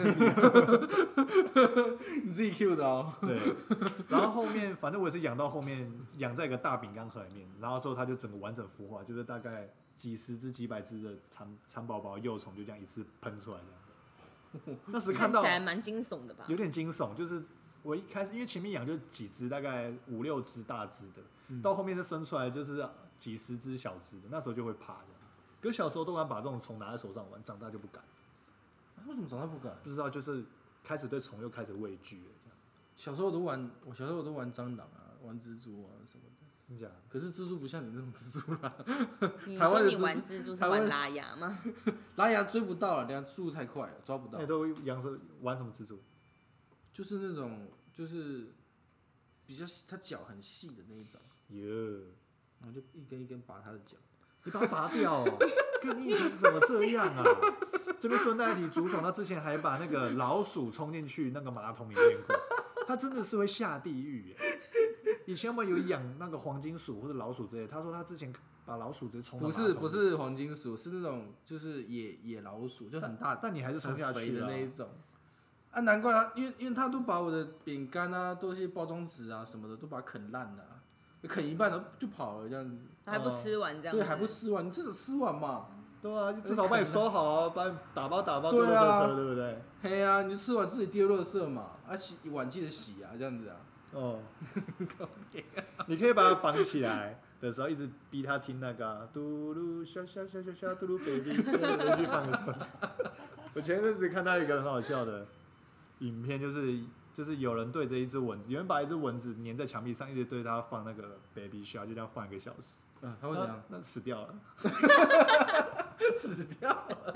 你自己 Q 的哦。 对，然后后面反正我也是养到后面，养在一个大饼干盒里面，然后之后它就整个完整孵化，就是大概几十只、几百只的蚕宝宝幼虫就这样一次喷出来这样。那时看到起来蛮惊悚的吧？ 有点惊悚，就是我一开始因为前面养就几只，大概5、6只大只的，到后面就生出来就是几十只小只的，那时候就会怕的。可是小时候都敢把这种虫拿在手上玩，长大就不敢。 为什么长大不敢？ 不知道，就是开始对虫又开始畏惧了。 小时候我都玩蟑螂啊，玩蜘蛛啊什么的。 真假？ 可是蜘蛛不像你那种蜘蛛啦。 你说你玩蜘蛛是玩拉牙吗？ 拉牙追不到了，速度太快了，抓不到。 那你都玩什么蜘蛛？ 就是那种就是比较它脚很细的那一种，然后就一根一根拔它的脚。 你把它拔掉哦！哥，你以前怎么这样啊？这边顺带一提，竹爽他之前还把那个老鼠冲进去那个马桶里面过，他真的是会下地狱耶。以前我们有养那个黄金鼠或者老鼠之类，他说他之前把老鼠直接冲到马桶里。 不是黄金鼠，是那种就是野老鼠，就很大， 但你还是冲下去很肥的那一种。啊，难怪啊，因为他都把我的饼干啊，都一些包装纸啊什么的都把它啃烂了、啊，啃一半就跑了这样子。 还不吃完这样子。 对，还不吃完，你至少吃完嘛。 对啊，至少帮你收好啊，帮你打包丢垃圾车，对不对？ 嘿啊，你就吃完自己丢垃圾嘛，啊碗记得洗啊，这样子啊。 哦，你可以把它绑起来的时候，一直逼他听那个、啊、嘟噜小嘟噜 baby， 去放个。我前阵子看到一个很好笑的影片，就是有人对着一只蚊子，有人把一只蚊子粘在墙壁上，一直对它放那个 baby shark， 就这样放1个小时。 它会怎样？ 那死掉了。 死掉了。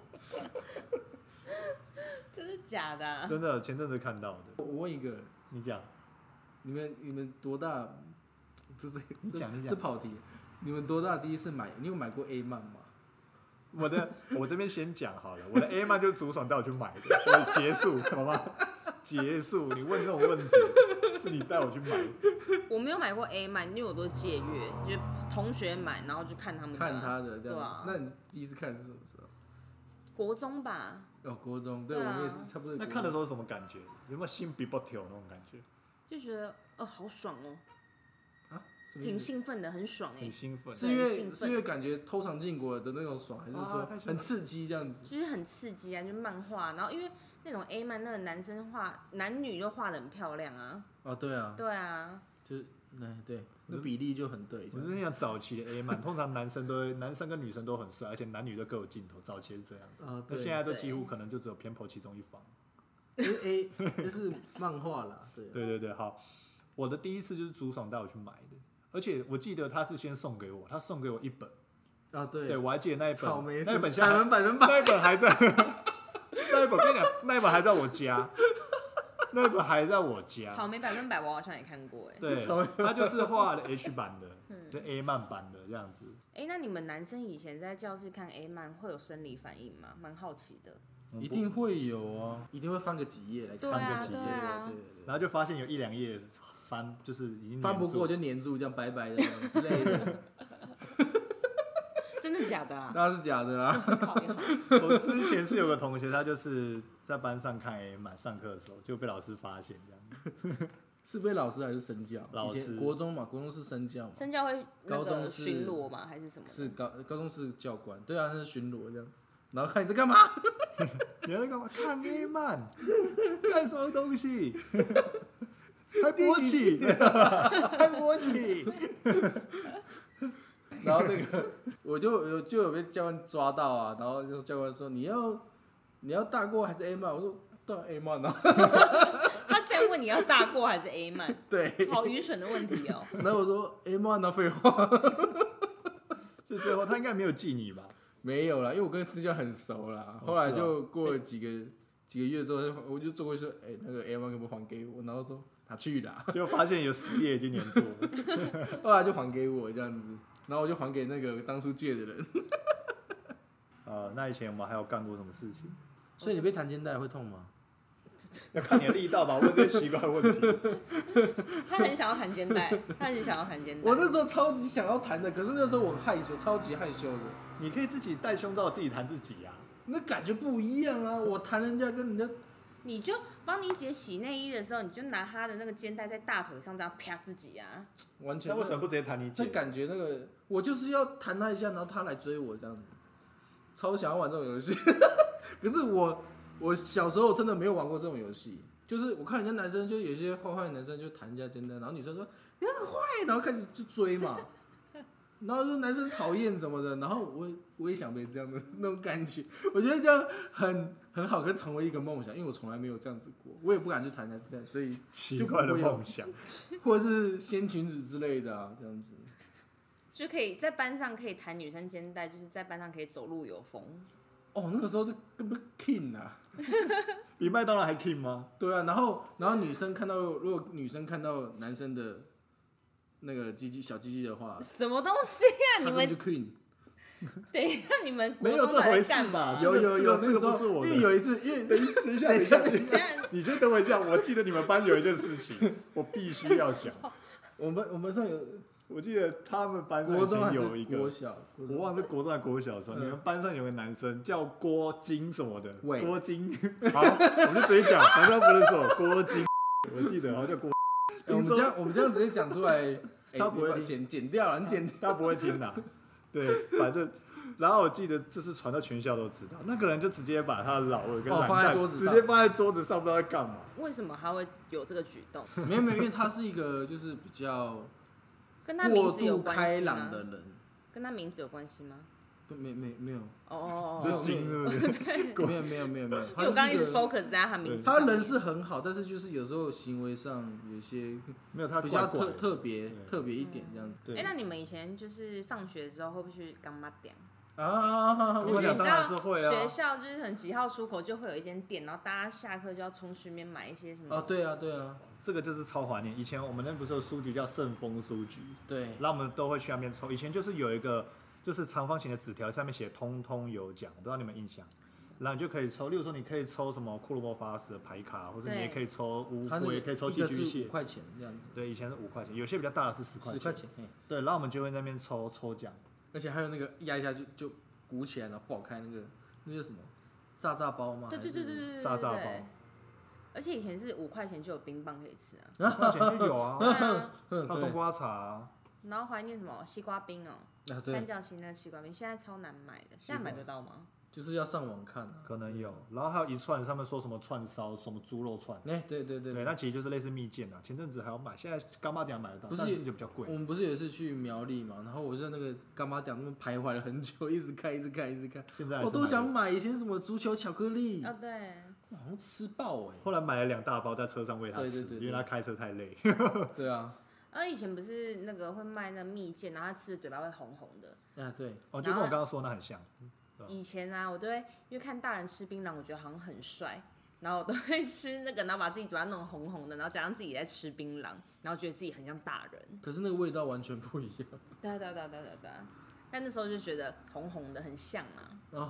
真的假的、啊？ 真的，前阵子看到的。 我问一个， 你讲。 你们多大？这跑题。你们多大第一次买？你有买过 A 漫吗？ 我这边先讲好了，我的 A 漫就是竹爽带我去买的，我结束好吗？结束。你问这种问题，是你带我去买的。 我没有买过 A 漫，因为我都借阅，就是同学买，然后就看他们。 看他的这样。 对啊。 那你第一次看是什么时候？ 国中吧。 国中，对，我们也是差不多。 那看的时候是什么感觉？有没有心比不跳那种感觉？ 就觉得好爽哦。 挺兴奋的，很爽哎。 很兴奋。 是因为感觉偷尝禁果的那种爽，还是说很刺激这样子？ 就是很刺激啊，就漫画，然后因为那种 A 漫，那个男女就画得很漂亮啊。 对啊。 对啊。 就是对，那比例就很对。 我就是想早期的 A 漫，通常男生跟女生都很帅，而且男女都各有镜头，早期是这样子。那现在都几乎可能就只有偏颇其中一方。 A 是漫画啦，对。 对，好，我的第一次就是竹爽带我去买的。而且我记得他是先送给我，他送给我1本。 对， 我还记得那一本， 草莓那一本百分百， 那一本还在，那一本跟你讲，那一本还在我家，那一本还在我家。 草莓100%我好像也看过哎。 对，他就是画的 H 版的，就 A 漫版的这样子。 那你们男生以前在教室看 A 漫会有生理反应吗？蛮好奇的。 一定会有啊，一定会翻个几页来看。 翻个几页， 对。 然后就发现有1-2页翻，就是已经翻不过就黏住，这样白白的之类的。 真的假的啊？ 当然是假的啦。 我之前是有个同学，他就是在班上看 A 漫，上课的时候就被老师发现这样。 是被老师还是身教？ 老师。 国中嘛，国中是身教嘛。 身教会那个巡逻吗？还是什么？ 是高中是教官，对啊，那是巡逻这样子。然后看你在干嘛？ 你在干嘛？看 A 漫，干什么东西？还勃起，还勃起。 然后那个我就有被教官抓到啊，然后就教官说你要大过还是 A 漫？我说当然 A 漫啊。 他先问你要大过还是 A 漫？ 对。 好愚蠢的问题哦。 然后我说 A 漫啊，废话。 就最后他应该没有记你吧？ 没有啦，因为我跟私教很熟啦。后来就过了几个月之后，我就坐过去说，那个 A 漫可不可以还给我？然后说他去啦。 结果发现有10页已经黏住了。 后来就还给我这样子，然后我就还给那个当初借的人。 那以前我们还有干过什么事情？ 所以你被弹肩带会痛吗？ 要看你的力道吧，问这些奇怪的问题。 他很想要弹肩带， 我那时候超级想要弹的，可是那时候我很害羞，超级害羞的。 你可以自己戴胸罩，自己弹自己啊。 那感觉不一样啊！我弹人家跟人家。 你就帮你姐洗内衣的时候，你就拿她的那个肩带在大腿上这样啪自己啊。 完全。 那为什么不直接弹你姐？ 那感觉那个，我就是要弹她一下，然后她来追我这样子。超想要玩这种游戏，可是我小时候真的没有玩过这种游戏。就是我看人家男生，就有些坏坏的男生就弹人家肩带，然后女生说你很坏，然后开始就追嘛。然后说男生讨厌什么的，然后我也想被这样的那种感觉，我觉得这样很好，可以成为一个梦想，因为我从来没有这样子过，我也不敢去谈这样，所以奇怪的梦想， 或者是掀裙子之类的啊，这样子， 就可以在班上可以弹女生肩带，就是在班上可以走路有风。 哦，那个时候这根本 king 啊， 比麦当劳还 king 吗？ 对啊，然后女生看到，如果女生看到男生的那个小鸡鸡的话， 什么东西啊？你们就 king。 等一下，你们没有这回事吧？ 有， 这个不是我的。 因为有一次， 等一下，你先等我一下。我记得你们班有一件事情，我必须要讲。 我们上有， 我记得他们班上以前有一个国小， 我忘了是国中还是国小的时候，你们班上有个男生叫郭金什么的，郭金。好，我们就直接讲，反正不是说郭金，我记得，然后叫郭。 我们这样直接讲出来， 他不会剪掉了，你剪掉， 他不会听的。对，反正，然后我记得这是传到全校都知道，那个人就直接把他的老二跟懒蛋直接放在桌子上，不知道在干嘛。 为什么他会有这个举动？ 没有，因为他是一个就是比较跟他名字有关系吗？ 过度开朗的人， 跟他名字有关系吗？ 没有。 哦， 是金是不是？ 没有。因为我刚刚一直 focus 在他名字。 他人是很好，但是就是有时候行为上有些没有他比较特别一点这样子。 那你们以前就是放学之后会不会去干妈店？ 就是你知道学校就是很几号出口就会有一间店，然后大家下课就要冲去那边买一些什么。 对啊。 这个就是超怀念。以前我们那不是有书局叫盛丰书局， 对， 然后我们都会去那边抽。以前就是有一个就是长方形的纸条，上面写通通有奖，不知道你们印象？然后你就可以抽，例如说你可以抽什么库洛莫法师的牌卡，或者你也可以抽乌龟，也可以抽寄居蟹。 5块钱这样子。 对，以前是5块钱，有些比较大的是10块钱。 10块钱， 对，然后我们就会在那边抽奖， 而且还有那个压一下就鼓起来，然后爆开那叫什么炸包吗？ 对， 炸包。 而且以前是5块钱就有冰棒可以吃啊 ，5块钱就有啊， 对啊， 还有冬瓜茶啊。 然后怀念什么西瓜冰哦，三角形那个西瓜冰，现在超难买的，现在买得到吗？ 就是要上网看啊， 可能有，然后还有一串上面说什么串烧，什么猪肉串， 对， 那其实就是类似蜜饯啊。前阵子还要买，现在干妈店买得到，但是就比较贵。 我们不是有一次去苗栗嘛，然后我就在那个干妈店那边徘徊了很久，一直看， 现在我都想买以前什么足球巧克力， 对， 好像吃爆后来买了2大包在车上喂他吃， 对， 因为他开车太累。 对啊。 以前不是那个会卖那蜜饯，然后他吃的嘴巴会红红的。 对。 就跟我刚刚说的那很像。 以前啊，我都会因为看大人吃槟榔，我觉得好像很帅，然后我都会吃那个，然后把自己嘴巴弄红红的，然后假装自己在吃槟榔，然后觉得自己很像大人。 可是那个味道完全不一样。 对。但那时候就觉得红红的很像啊。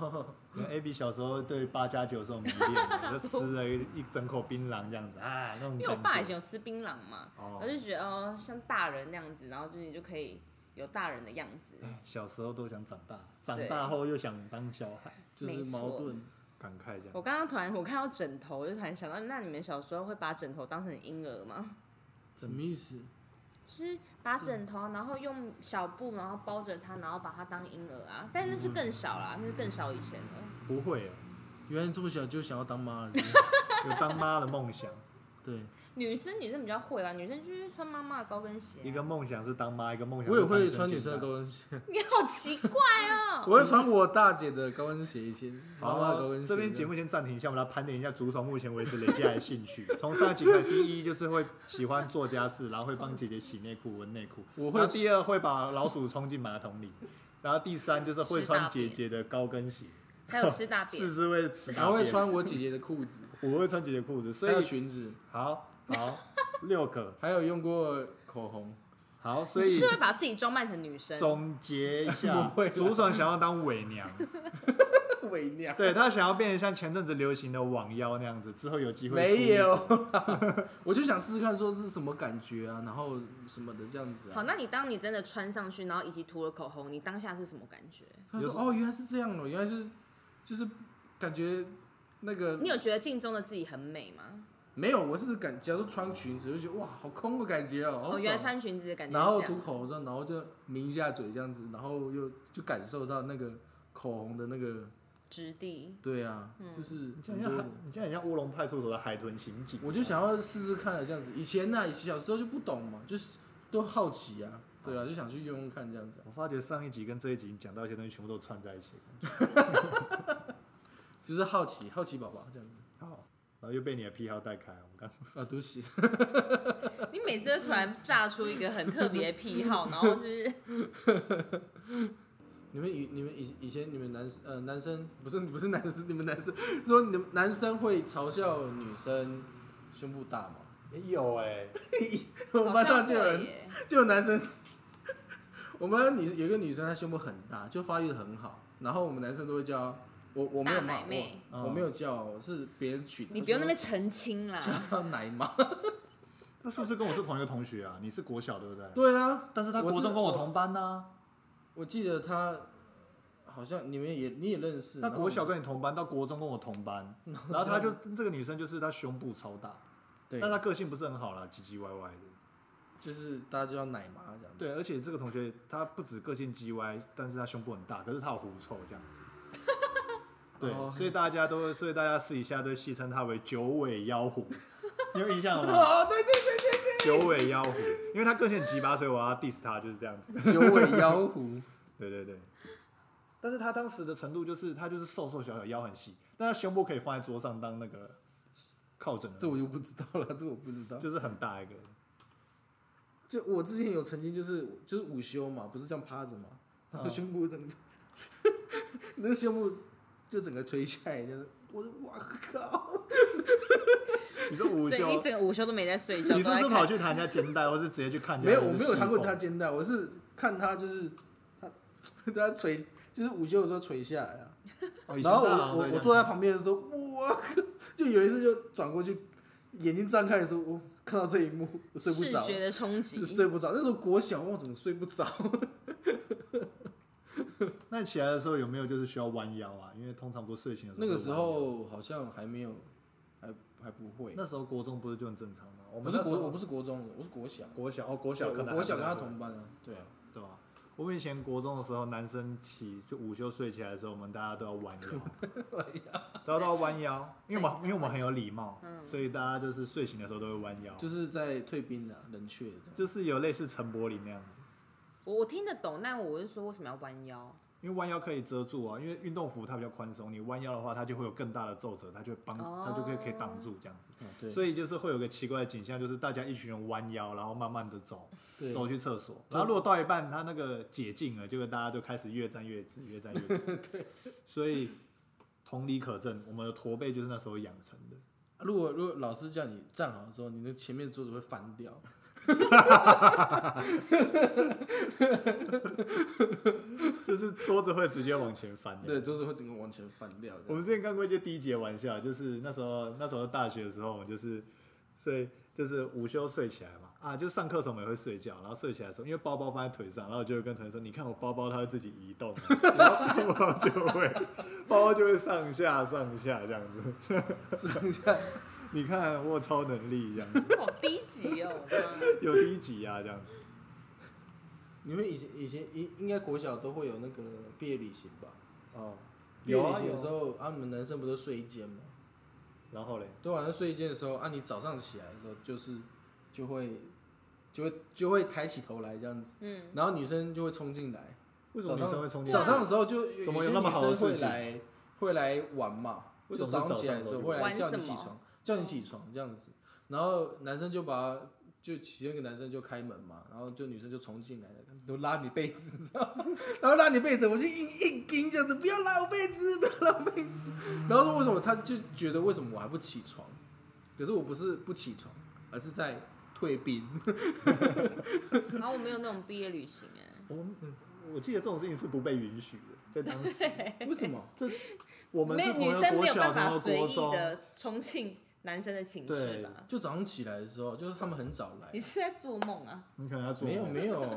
AB 小时候对8+9是很迷恋，就吃了一整口槟榔这样子啊，那种感觉。 因为我爸以前有吃槟榔嘛，我就觉得像大人那样子，然后就是你就可以有大人的样子。 小时候都想长大，长大后又想当小孩， 就是矛盾， 感慨这样。 我刚刚突然看到枕头，我就突然想到，那你们小时候会把枕头当成婴儿吗？ 什么意思？ 就是把枕头，然后用小布，然后包着它，然后把它当婴儿啊。但是那是更小啦，那是更小以前的。 不会， 原来这么小就想要当妈了， 有当妈的梦想。 对。 女生比较会吧，女生就是穿妈妈的高跟鞋。 一个梦想是当妈，一个梦想我也会穿女生的高跟鞋。 你好奇怪哦！ 我会穿我大姐的高跟鞋，以前妈妈的高跟鞋。 这边节目先暂停一下，我们来盘点一下竹虫目前为止累积来的兴趣。从上一集开始，第一就是会喜欢做家事，然后会帮姐姐洗内裤、闻内裤。然后第2会把老鼠冲进马桶里，然后第3就是会穿姐姐的高跟鞋。 还有吃大便。 4是会吃大便。 然后会穿我姐姐的裤子。 我会穿姐姐裤子，所以还有裙子。 好，6个。 还有用过口红。 好，所以你是会把自己装扮成女生。 总结一下，竹笋想要当伪娘。 伪娘。 对，他想要变成像前阵子流行的网妖那样子，之后有机会。 没有。我就想试试看，说是什么感觉啊，然后什么的这样子。 好，那你当你真的穿上去，然后以及涂了口红，你当下是什么感觉？ 他说：“原来是这样哦，原来是就是感觉那个。” 你有觉得镜中的自己很美吗？ 没有，我是假如说穿裙子，就觉得哇，好空的感觉哦。 原来穿裙子的感觉。 然后涂口红，然后就抿一下嘴这样子，然后又就感受到那个口红的那个质地。 对啊，就是你现在很像乌龙派出所的海豚刑警。 我就想要试试看这样子。以前小时候就不懂嘛，就是都好奇啊，对啊，就想去用用看这样子。 我发觉上一集跟这一集讲到一些东西，全部都串在一起。 就是好奇宝宝这样子。 好。然后又被你的癖好带开，我们刚对不起。 你每次都突然炸出一个很特别的癖好，然后就是你们以前你们男生不是男生，你们男生说你们男生会嘲笑女生胸部大吗？ 也有我们班上就有男生，我们班有一个女生她胸部很大，就发育的很好，然后我们男生都会叫我没有骂我没有叫，是别人取的。 你不用那边澄清啦。 叫奶妈。 那是不是跟我是同一个同学啊？你是国小对不对？ 对啊， 但是他国中跟我同班啊。 我记得他好像你也认识。 他国小跟你同班，到国中跟我同班，然后他就这个女生就是她胸部超大，但她个性不是很好啦，唧唧歪歪的。 就是大家就叫奶妈这样子。 对，而且这个同学他不止个性唧歪，但是他胸部很大，可是他有狐臭这样子。对，所以大家私底下都戏称他为九尾妖狐，你有印象吗？ 哦，对。 九尾妖狐，因为他个性很鸡巴，所以我要 diss 他，就是这样子。 九尾妖狐， 对。但是他当时的程度就是他就是瘦瘦小小，腰很细，但他胸部可以放在桌上当那个靠枕的。 这我就不知道了，这我不知道。 就是很大一个。 就我之前有曾经就是午休嘛，不是这样趴着嘛，然后胸部整个，那个胸部就整个垂下来，就是我靠！ 你说午休， 所以你整个午休都没在睡觉。 你是不是跑去弹人家肩带，或是直接去看人家？ 没有，我没有弹过他肩带，我是看他就是他垂，就是午休的时候垂下来啊。然后我坐在旁边的时候，哇，就有一次就转过去，眼睛张开的时候，我看到这一幕，我睡不着。 视觉的冲击。 睡不着，那时候国小，我整个睡不着。 那你起来的时候有没有就是需要弯腰啊？因为通常不睡醒的时候。 那个时候好像还没有，还不会。 那时候国中不是就很正常吗？我不是国中，我是国小。 国小可能。 国小跟他同班啊，对啊。 对吧？我们以前国中的时候，男生就午休睡起来的时候，我们大家都要弯腰，都要弯腰，因为我们很有礼貌，所以大家就是睡醒的时候都会弯腰。 就是在退兵啊，冷却的。 就是有类似陈柏霖那样子。 我听得懂，但我是说为什么要弯腰？ 因为弯腰可以遮住啊，因为运动服它比较宽松，你弯腰的话，它就会有更大的皱褶，它就会它就可以挡住这样子。所以就是会有个奇怪的景象，就是大家一群人弯腰，然后慢慢的走去厕所，然后如果到一半他那个解禁了，结果大家就开始越站越直。对，所以同理可证，我们的驼背就是那时候养成的。 如果老师叫你站好之后，你的前面桌子会翻掉。 就是桌子会直接往前翻掉。 对，桌子会整个往前翻掉。 我们之前干过一些低级的玩笑，就是那时候大学的时候，我们就是午休睡起来嘛，就上课的时候我们也会睡觉，然后睡起来的时候，因为包包放在腿上，然后就会跟同学说：“你看我包包它会自己移动，然后包包就会上下这样子， 上下。” 你看我有超能力这样子。 好低级哦！ 有低级啊这样子。 你们以前应该国小都会有那个毕业旅行吧？ 哦。 毕业旅行的时候你们男生不都睡一间吗？ 然后嘞？ 都晚上睡一间的时候你早上起来的时候就会抬起头来这样子。然后女生就会冲进来。 为什么女生会冲进来？ 早上的时候就有些女生会来玩嘛。 为什么早上起来的时候会来叫你起床这样子，然后男生就其中一个男生就开门嘛，然后就女生就冲进来了，都拉你被子，然后拉你被子，我就硬盯这样子，不要拉我被子，不要拉我被子。然后说为什么他就觉得为什么我还不起床？可是我不是不起床，而是在退兵。 然后我没有那种毕业旅行我记得这种事情是不被允许的，在当时。 为什么？ 我们是同一女生没有办法个随意国小的冲进男生的寝室吧？ 就早上起来的时候，就是他们很早来。 你是在做梦啊？ 你可能要做梦。 没有，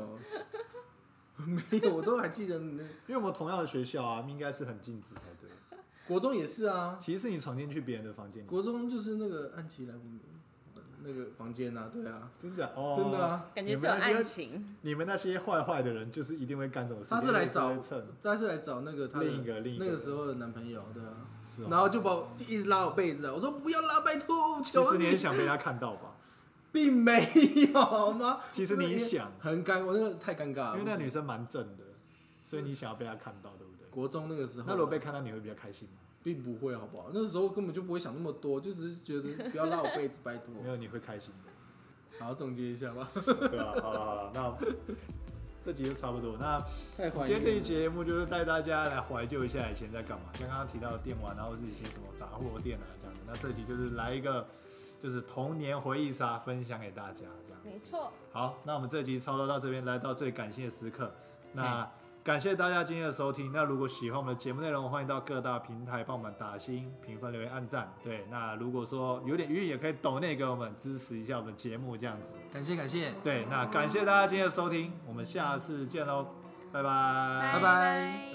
我都还记得。因为我们同样的学校啊，应该是很禁止才对。 国中也是啊。 其实是你闯进去别人的房间里。 国中就是那个安琪来那个房间啊，对啊， 真的真的啊， 感觉只有爱情。 你们那些坏的人，就是一定会干这种事。 他是来找那个他的另一个那个时候的男朋友，对啊， 是然后就一直拉我被子啊，我说不要拉，拜托，求你。 其实你也想被他看到吧？ 并没有好吗？ 其实你想， 很尴，我那个太尴尬了， 因为那女生蛮正的，所以你想要被她看到，对不对？ 国中那个时候， 那如果被看到，你会比较开心吗？ 并不会，好不好？那时候根本就不会想那么多，就只是觉得不要拉我被子，拜托。 没有，你会开心的。 好，总结一下吧。 对啊，好了，那这集就差不多。那今天这期节目就是带大家来怀旧一下以前在干嘛，像刚刚提到的电玩，然后是以前什么杂货店啊这样的。那这集就是来一个就是童年回忆杀，分享给大家这样。 没错。 好，那我们这集差不多到这边，来到最感谢的时刻。那感谢大家今天的收听。那如果喜欢我们的节目内容，欢迎到各大平台帮我们打星、评分、留言、按赞。对，那如果说有点余裕，也可以抖内给我们支持一下我们的节目，这样子。 感谢。 对，那感谢大家今天的收听，我们下次见喽，拜拜。 拜拜。